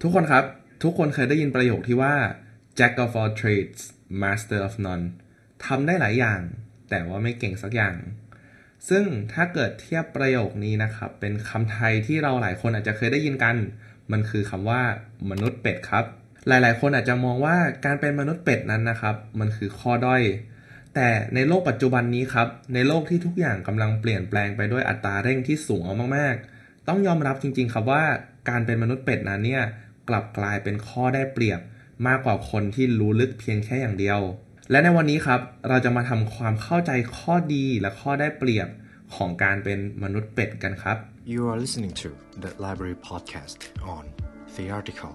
ทุกคนครับทุกคนเคยได้ยินประโยคที่ว่า Jack of all trades master of none ทำได้หลายอย่างแต่ว่าไม่เก่งสักอย่างซึ่งถ้าเกิดเทียบประโยคนี้นะครับเป็นคำไทยที่เราหลายคนอาจจะเคยได้ยินกันมันคือคำว่ามนุษย์เป็ดครับหลายๆคนอาจจะมองว่าการเป็นมนุษย์เป็ดนั้นนะครับมันคือข้อด้อยแต่ในโลกปัจจุบันนี้ครับในโลกที่ทุกอย่างกำลังเปลี่ยนแปลงไปด้วยอัตราเร่งที่สูงมากๆต้องยอมรับจริงๆครับว่าการเป็นมนุษย์เป็ดนั้นเนี่ยกลับกลายเป็นข้อได้เปรียบมากกว่าคนที่รู้ลึกเพียงแค่อย่างเดียวและในวันนี้ครับเราจะมาทำความเข้าใจข้อดีและข้อได้เปรียบของการเป็นมนุษย์เป็ดกันครับ You are listening to the Library Podcast on The Article.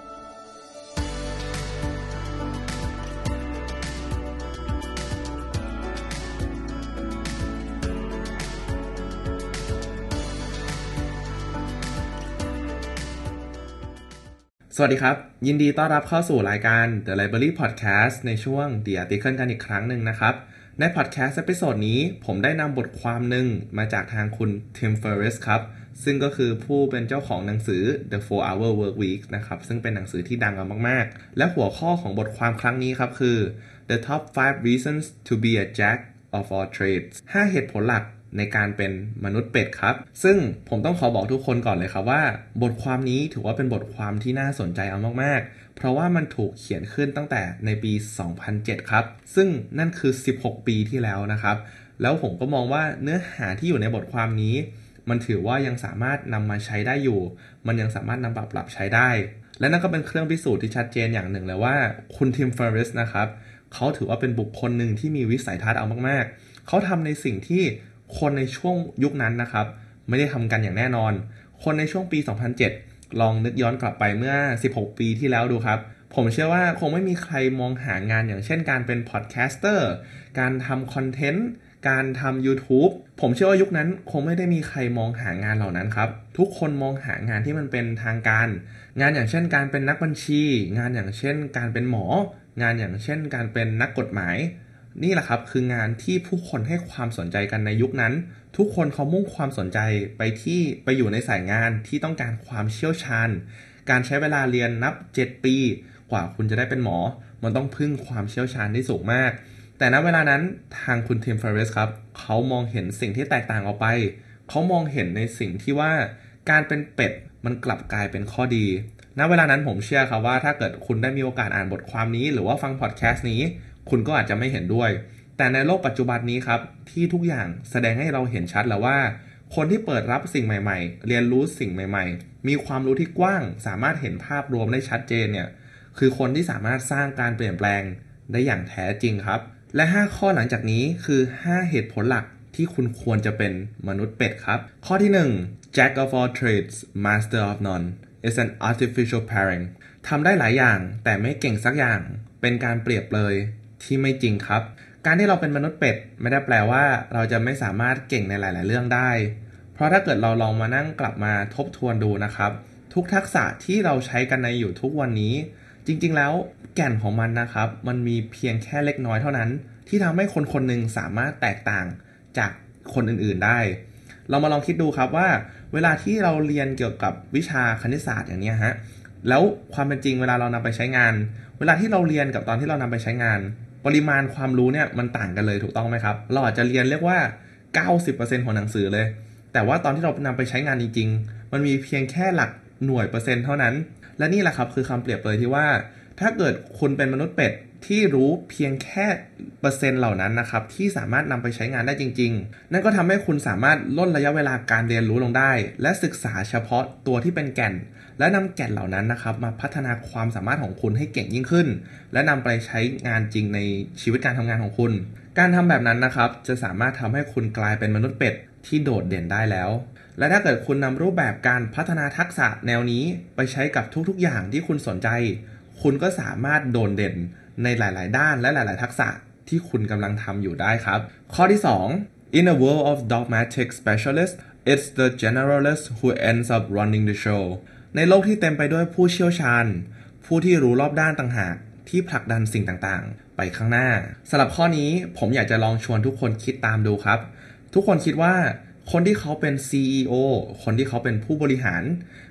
สวัสดีครับยินดีต้อนรับเข้าสู่รายการ The Library Podcast ในช่วง The Article กันอีกครั้งหนึ่งนะครับใน podcast เอพิโซดนี้ผมได้นำบทความหนึ่งมาจากทางคุณทิมเฟอร์ริสครับซึ่งก็คือผู้เป็นเจ้าของหนังสือ The 4-Hour Work Week นะครับซึ่งเป็นหนังสือที่ดังมากๆและหัวข้อของบทความครั้งนี้ครับคือ The Top 5 Reasons to be a Jack of all trades 5 เหตุผลหลักในการเป็นมนุษย์เป็ดครับซึ่งผมต้องขอบอกทุกคนก่อนเลยครับว่าบทความนี้ถือว่าเป็นบทความที่น่าสนใจเอามากๆเพราะว่ามันถูกเขียนขึ้นตั้งแต่ในปี 2007 ครับซึ่งนั่นคือ 16 ปีที่แล้วนะครับแล้วผมก็มองว่าเนื้อหาที่อยู่ในบทความนี้มันถือว่ายังสามารถนำมาใช้ได้อยู่มันยังสามารถนำปรับใช้ได้และนั่นก็เป็นเครื่องพิสูจน์ที่ชัดเจนอย่างหนึ่งเลยว่าคุณทิมเฟอร์ริสนะครับเขาถือว่าเป็นบุคคลหนึ่งที่มีวิสัยทัศน์เอามากๆเขาทำในสิ่งที่คนในช่วงยุคนั้นนะครับไม่ได้ทำกันอย่างแน่นอนคนในช่วงปี 2007 ลองนึกย้อนกลับไปเมื่อ 16 ปีที่แล้วดูครับผมเชื่อว่าคงไม่มีใครมองหางานอย่างเช่นการเป็นพอดแคสเตอร์การทำคอนเทนต์การทำ YouTube ผมเชื่อว่ายุคนั้นคงไม่ได้มีใครมองหางานเหล่านั้นครับทุกคนมองหางานที่มันเป็นทางการงานอย่างเช่นการเป็นนักบัญชีงานอย่างเช่นการเป็นหมองานอย่างเช่นการเป็นนักกฎหมายนี่แหละครับคืองานที่ผู้คนให้ความสนใจกันในยุคนั้นทุกคนเขามุ่งความสนใจไปอยู่ในสายงานที่ต้องการความเชี่ยวชาญการใช้เวลาเรียนนับ7 ปีกว่าคุณจะได้เป็นหมอมันต้องพึ่งความเชี่ยวชาญที่สูงมากแต่ณเวลานั้นทางคุณทิมเฟอร์ริสครับเขามองเห็นสิ่งที่แตกต่างออกไปเขามองเห็นในสิ่งที่ว่าการเป็นเป็ดมันกลับกลายเป็นข้อดีณเวลานั้นผมเชื่อครับว่าถ้าเกิดคุณได้มีโอกาสอ่านบทความนี้หรือว่าฟังพอดแคสต์นี้คุณก็อาจจะไม่เห็นด้วยแต่ในโลกปัจจุบันนี้ครับที่ทุกอย่างแสดงให้เราเห็นชัดแล้วว่าคนที่เปิดรับสิ่งใหม่ๆเรียนรู้สิ่งใหม่ๆมีความรู้ที่กว้างสามารถเห็นภาพรวมได้ชัดเจนเนี่ยคือคนที่สามารถสร้างการเปลี่ยนแปลงได้อย่างแท้จริงครับและ5ข้อหลังจากนี้คือ5เหตุผลหลักที่คุณควรจะเป็นมนุษย์เป็ดครับข้อที่1 Jack of all trades master of none is an artificial pairing ทำได้หลายอย่างแต่ไม่เก่งสักอย่างเป็นการเปรียบเลยที่ไม่จริงครับการที่เราเป็นมนุษย์เป็ดไม่ได้แปลว่าเราจะไม่สามารถเก่งในหลายๆเรื่องได้เพราะถ้าเกิดเราลองมานั่งกลับมาทบทวนดูนะครับทุกทักษะที่เราใช้กันในอยู่ทุกวันนี้จริงๆแล้วแก่นของมันนะครับมันมีเพียงแค่เล็กน้อยเท่านั้นที่ทำให้คนคนหนึ่งสามารถแตกต่างจากคนอื่นๆได้เรามาลองคิดดูครับว่าเวลาที่เราเรียนเกี่ยวกับวิชาคณิตศาสตร์อย่างนี้ฮะแล้วความเป็นจริงเวลาเรานำไปใช้งานเวลาที่เราเรียนกับตอนที่เรานำไปใช้งานปริมาณความรู้เนี่ยมันต่างกันเลยถูกต้องไหมครับเราอาจจะเรียนเรียกว่า 90% ของหนังสือเลยแต่ว่าตอนที่เรานำไปใช้งานจริงๆมันมีเพียงแค่หลักหน่วยเปอร์เซ็นต์เท่านั้นและนี่แหละครับคือคำเปรียบเลยที่ว่าถ้าเกิดคุณเป็นมนุษย์เป็ดที่รู้เพียงแค่เปอร์เซ็นต์เหล่านั้นนะครับที่สามารถนำไปใช้งานได้จริงๆนั่นก็ทำให้คุณสามารถลดระยะเวลาการเรียนรู้ลงได้และศึกษาเฉพาะตัวที่เป็นแก่นและนำแก่นเหล่านั้นนะครับมาพัฒนาความสามารถของคุณให้เก่งยิ่งขึ้นและนำไปใช้งานจริงในชีวิตการทำงานของคุณการทำแบบนั้นนะครับจะสามารถทำให้คุณกลายเป็นมนุษย์เป็ดที่โดดเด่นได้แล้วและถ้าเกิดคุณนำรูปแบบการพัฒนาทักษะแนวนี้ไปใช้กับทุกๆอย่างที่คุณสนใจคุณก็สามารถโดดเด่นในหลายๆด้านและหลายๆทักษะที่คุณกำลังทำอยู่ได้ครับข้อที่2 In a world of dogmatic specialists it's the generalist who ends up running the show ในโลกที่เต็มไปด้วยผู้เชี่ยวชาญผู้ที่รู้รอบด้านต่างหากที่ผลักดันสิ่งต่างๆไปข้างหน้าสำหรับข้อนี้ผมอยากจะลองชวนทุกคนคิดตามดูครับทุกคนคิดว่าคนที่เขาเป็น CEO คนที่เขาเป็นผู้บริหาร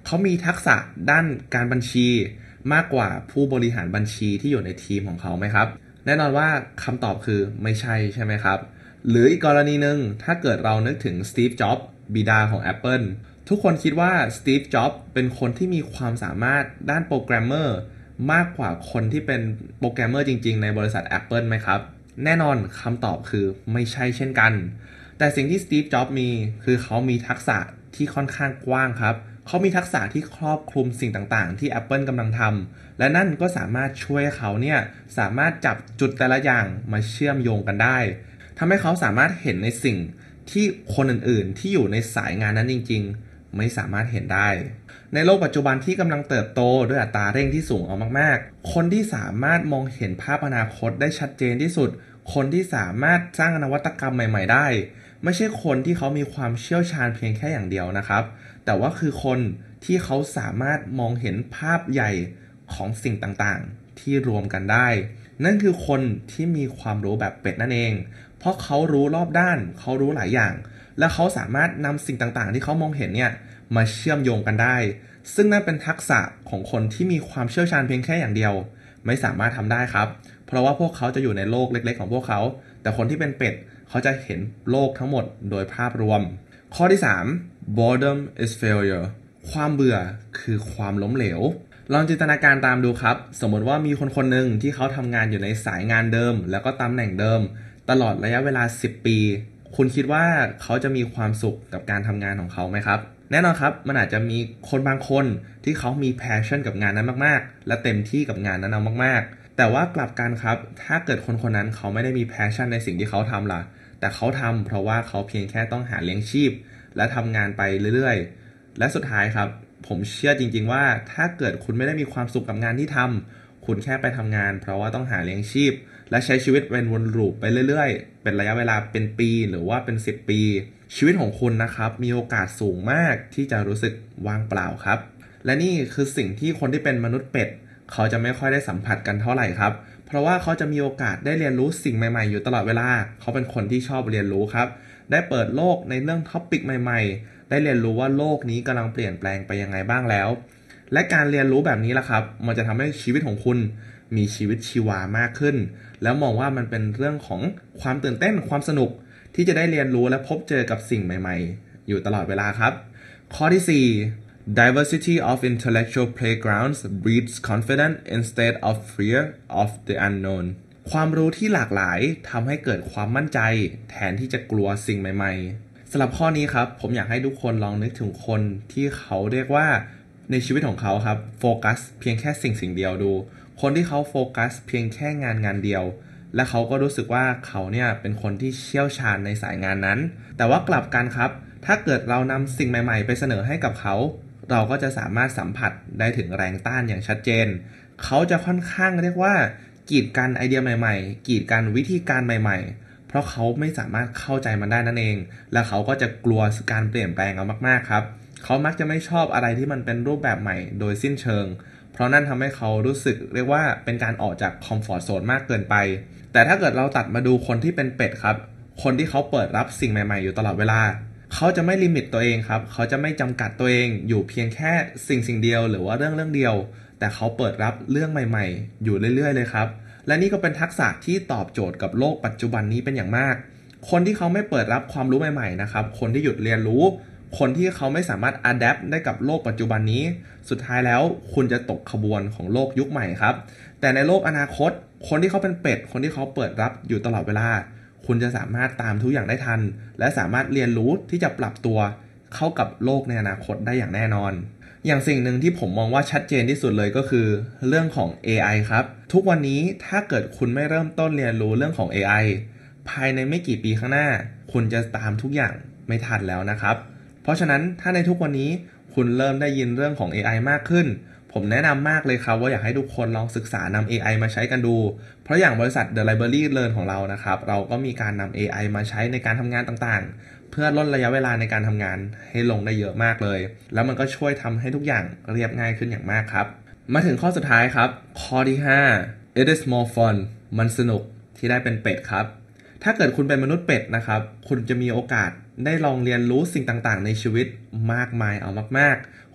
เขามีทักษะด้านการบัญชีมากกว่าผู้บริหารบัญชีที่อยู่ในทีมของเขาไหมครับแน่นอนว่าคำตอบคือไม่ใช่ใช่ไหมครับหรืออีกกรณีหนึ่งถ้าเกิดเรานึกถึงสตีฟจ็อบส์บิดาของ Apple ทุกคนคิดว่าสตีฟจ็อบส์เป็นคนที่มีความสามารถด้านโปรแกรมเมอร์มากกว่าคนที่เป็นโปรแกรมเมอร์จริงๆในบริษัท Apple ไหมครับแน่นอนคำตอบคือไม่ใช่เช่นกันแต่สิ่งที่สตีฟจ็อบส์มีคือเขามีทักษะที่ค่อนข้างกว้างครับเขามีทักษะที่ครอบคลุมสิ่งต่างๆที่ Apple กำลังทำและนั่นก็สามารถช่วยเขาเนี่ยสามารถจับจุดแต่ละอย่างมาเชื่อมโยงกันได้ทำให้เขาสามารถเห็นในสิ่งที่คนอื่นๆที่อยู่ในสายงานนั้นจริงๆไม่สามารถเห็นได้ในโลกปัจจุบันที่กำลังเติบโตด้วยอัตราเร่งที่สูงเอามากๆคนที่สามารถมองเห็นภาพอนาคตได้ชัดเจนที่สุดคนที่สามารถสร้างนวัตกรรมใหม่ๆได้ไม่ใช่คนที่เขามีความเชี่ยวชาญเพียงแค่อย่างเดียวนะครับแต่ว่าคือคนที่เขาสามารถมองเห็นภาพใหญ่ของสิ่งต่างๆที่รวมกันได้นั่นคือคนที่มีความรู้แบบเป็ดนั่นเองเพราะเขารู้รอบด้านเขารู้หลายอย่างและเขาสามารถนำสิ่งต่างๆที่เขามองเห็นเนี่ยมาเชื่อมโยงกันได้ซึ่งนั่นเป็นทักษะของคนที่มีความเชี่ยวชาญเพียงแค่อย่างเดียวไม่สามารถทำได้ครับเพราะว่าพวกเขาจะอยู่ในโลกเล็กๆของพวกเขาแต่คนที่เป็นเป็ดเขาจะเห็นโลกทั้งหมดโดยภาพรวมข้อที่3 boredom is failure ความเบื่อคือความล้มเหลวลองจินตนาการตามดูครับสมมติว่ามีคนคนหนึ่งที่เขาทำงานอยู่ในสายงานเดิมแล้วก็ตำแหน่งเดิมตลอดระยะเวลา10 ปีคุณคิดว่าเขาจะมีความสุขกับการทำงานของเขาไหมครับแน่นอนครับมันอาจจะมีคนบางคนที่เขามี passion กับงานนั้นมากๆและเต็มที่กับงานนั้นเอามากๆแต่ว่ากลับกันครับถ้าเกิดคนคนนั้นเขาไม่ได้มี passion ในสิ่งที่เขาทำล่ะแต่เขาทำเพราะว่าเขาเพียงแค่ต้องหาเลี้ยงชีพและทำงานไปเรื่อยๆและสุดท้ายครับผมเชื่อจริงๆว่าถ้าเกิดคุณไม่ได้มีความสุขกับงานที่ทำคุณแค่ไปทำงานเพราะว่าต้องหาเลี้ยงชีพและใช้ชีวิตเป็นวนลูปไปเรื่อยๆเป็นระยะเวลาเป็นปีหรือว่าเป็น10 ปีชีวิตของคุณนะครับมีโอกาสสูงมากที่จะรู้สึกว่างเปล่าครับและนี่คือสิ่งที่คนที่เป็นมนุษย์เป็ดเขาจะไม่ค่อยได้สัมผัสกันเท่าไหร่ครับเพราะว่าเขาจะมีโอกาสได้เรียนรู้สิ่งใหม่ๆอยู่ตลอดเวลาเขาเป็นคนที่ชอบเรียนรู้ครับได้เปิดโลกในเรื่องท็อปิกใหม่ๆได้เรียนรู้ว่าโลกนี้กำลังเปลี่ยนแปลงไปยังไงบ้างแล้วและการเรียนรู้แบบนี้ล่ะครับมันจะทำให้ชีวิตของคุณมีชีวิตชีวามากขึ้นแล้วมองว่ามันเป็นเรื่องของความตื่นเต้นความสนุกที่จะได้เรียนรู้และพบเจอกับสิ่งใหม่ๆอยู่ตลอดเวลาครับข้อที่4 Diversity of intellectual playgrounds breeds confidence instead of fear of the unknown ความรู้ที่หลากหลายทำให้เกิดความมั่นใจแทนที่จะกลัวสิ่งใหม่ๆสำหรับข้อนี้ครับผมอยากให้ทุกคนลองนึกถึงคนที่เขาเรียกว่าในชีวิตของเขาครับโฟกัสเพียงแค่สิ่งเดียวดูคนที่เขาโฟกัสเพียงแค่งานเดียวและเขาก็รู้สึกว่าเขาเนี่ยเป็นคนที่เชี่ยวชาญในสายงานนั้นแต่ว่ากลับกันครับถ้าเกิดเรานำสิ่งใหม่ๆไปเสนอให้กับเขาเราก็จะสามารถสัมผัสได้ถึงแรงต้านอย่างชัดเจนเขาจะค่อนข้างเรียกว่ากีดกันไอเดียใหม่ๆกีดกันวิธีการใหม่ๆเพราะเขาไม่สามารถเข้าใจมันได้นั่นเองและเขาก็จะกลัวการเปลี่ยนแปลงเอามากๆครับเขามักจะไม่ชอบอะไรที่มันเป็นรูปแบบใหม่โดยสิ้นเชิงเพราะนั่นทำให้เขารู้สึกเรียกว่าเป็นการออกจากคอมฟอร์ตโซนมากเกินไปแต่ถ้าเกิดเราตัดมาดูคนที่เป็นเป็ดครับคนที่เขาเปิดรับสิ่งใหม่ๆอยู่ตลอดเวลาเขาจะไม่ลิมิตตัวเองครับเขาจะไม่จำกัดตัวเองอยู่เพียงแค่สิ่งเดียวหรือว่าเรื่องเดียวแต่เขาเปิดรับเรื่องใหม่ๆอยู่เรื่อยๆเลยครับและนี่ก็เป็นทักษะที่ตอบโจทย์กับโลกปัจจุบันนี้เป็นอย่างมากคนที่เขาไม่เปิดรับความรู้ใหม่ๆนะครับคนที่หยุดเรียนรู้คนที่เขาไม่สามารถอะแดปได้กับโลกปัจจุบันนี้สุดท้ายแล้วคุณจะตกขบวนของโลกยุคใหม่ครับแต่ในโลกอนาคตคนที่เขาเป็นเป็ดคนที่เขาเปิดรับอยู่ตลอดเวลาคุณจะสามารถตามทุกอย่างได้ทันและสามารถเรียนรู้ที่จะปรับตัวเข้ากับโลกในอนาคตได้อย่างแน่นอนอย่างสิ่งหนึ่งที่ผมมองว่าชัดเจนที่สุดเลยก็คือเรื่องของ AI ครับทุกวันนี้ถ้าเกิดคุณไม่เริ่มต้นเรียนรู้เรื่องของ AI ภายในไม่กี่ปีข้างหน้าคุณจะตามทุกอย่างไม่ทันแล้วนะครับเพราะฉะนั้นถ้าในทุกวันนี้คุณเริ่มได้ยินเรื่องของ AI มากขึ้นผมแนะนำมากเลยครับว่าอยากให้ทุกคนลองศึกษานำ AI มาใช้กันดูเพราะอย่างบริษัท The Library Learn ของเรานะครับเราก็มีการนำ AI มาใช้ในการทำงานต่างๆเพื่อลดระยะเวลาในการทำงานให้ลงได้เยอะมากเลยแล้วมันก็ช่วยทำให้ทุกอย่างเรียบง่ายขึ้นอย่างมากครับมาถึงข้อสุดท้ายครับข้อที่5 It is more fun มันสนุกที่ได้เป็นเป็ดครับถ้าเกิดคุณเป็นมนุษย์เป็ดนะครับคุณจะมีโอกาสได้ลองเรียนรู้สิ่งต่างๆในชีวิตมากมายเอามากๆ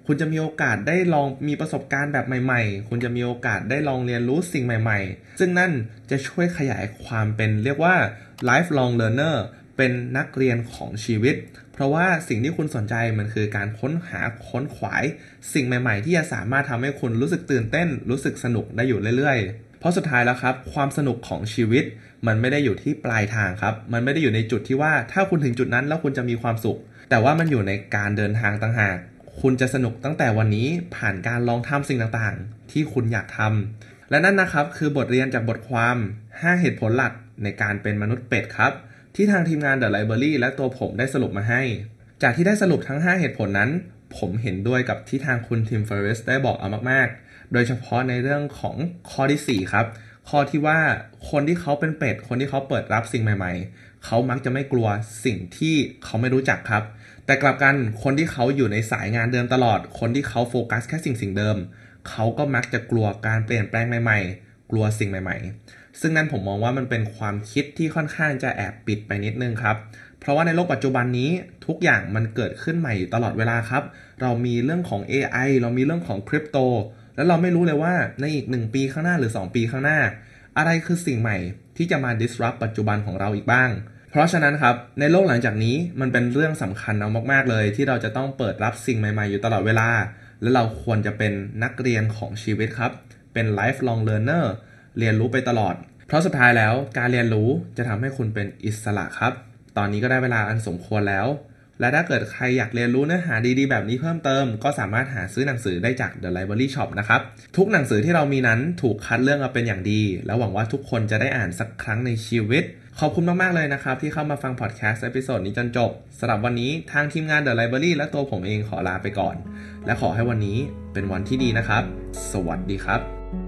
คุณจะมีโอกาสได้ลองมีประสบการณ์แบบใหม่ๆคุณจะมีโอกาสได้ลองเรียนรู้สิ่งใหม่ๆซึ่งนั่นจะช่วยขยายความเป็นเรียกว่า lifelong learner เป็นนักเรียนของชีวิตเพราะว่าสิ่งที่คุณสนใจมันคือการค้นหาค้นขวายสิ่งใหม่ๆที่จะสามารถทำให้คุณรู้สึกตื่นเต้นรู้สึกสนุกได้อยู่เรื่อยๆเพราะสุดท้ายแล้วครับความสนุกของชีวิตมันไม่ได้อยู่ที่ปลายทางครับมันไม่ได้อยู่ในจุดที่ว่าถ้าคุณถึงจุดนั้นแล้วคุณจะมีความสุขแต่ว่ามันอยู่ในการเดินทางต่างหากคุณจะสนุกตั้งแต่วันนี้ผ่านการลองทำสิ่งต่างๆที่คุณอยากทำและนั่นนะครับคือบทเรียนจากบทความ5เหตุผลหลักในการเป็นมนุษย์เป็ดครับที่ทางทีมงาน The Library และตัวผมได้สรุปมาให้จากที่ได้สรุปทั้ง5เหตุผลนั้นผมเห็นด้วยกับที่ทางคุณทิมเฟอร์ริสได้บอกเอามากๆโดยเฉพาะในเรื่องของข้อที่4ครับข้อที่ว่าคนที่เขาเป็นเป็ดคนที่เขาเปิดรับสิ่งใหม่ๆเขามักจะไม่กลัวสิ่งที่เขาไม่รู้จักครับแต่กลับกันคนที่เขาอยู่ในสายงานเดิมตลอดคนที่เขาโฟกัสแค่สิ่งเดิมเขาก็มักจะกลัวการเปลี่ยนแปลงใหม่ๆกลัวสิ่งใหม่ๆซึ่งนั่นผมมองว่ามันเป็นความคิดที่ค่อนข้างจะแอบปิดไปนิดนึงครับเพราะว่าในโลกปัจจุบันนี้ทุกอย่างมันเกิดขึ้นใหม่ตลอดเวลาครับเรามีเรื่องของ AI เรามีเรื่องของคริปโตแล้วเราไม่รู้เลยว่าในอีก1ปีข้างหน้าหรือ2ปีข้างหน้าอะไรคือสิ่งใหม่ที่จะมา disrupt ปัจจุบันของเราอีกบ้างเพราะฉะนั้นครับในโลกหลังจากนี้มันเป็นเรื่องสำคัญเอามากๆเลยที่เราจะต้องเปิดรับสิ่งใหม่ๆอยู่ตลอดเวลาและเราควรจะเป็นนักเรียนของชีวิตครับเป็น lifelong learner เรียนรู้ไปตลอดเพราะสุดท้ายแล้วการเรียนรู้จะทำให้คุณเป็นอิสระครับตอนนี้ก็ได้เวลาอันสมควรแล้วและถ้าเกิดใครอยากเรียนรู้เนื้อหาดีๆแบบนี้เพิ่มเติมก็สามารถหาซื้อหนังสือได้จาก The Library Shop นะครับทุกหนังสือที่เรามีนั้นถูกคัดเลือกมาเป็นอย่างดีและหวังว่าทุกคนจะได้อ่านสักครั้งในชีวิตขอบคุณมากๆเลยนะครับที่เข้ามาฟังพอดแคสต์เอพิโซดนี้จนจบสำหรับวันนี้ทางทีมงาน The Library และตัวผมเองขอลาไปก่อนและขอให้วันนี้เป็นวันที่ดีนะครับสวัสดีครับ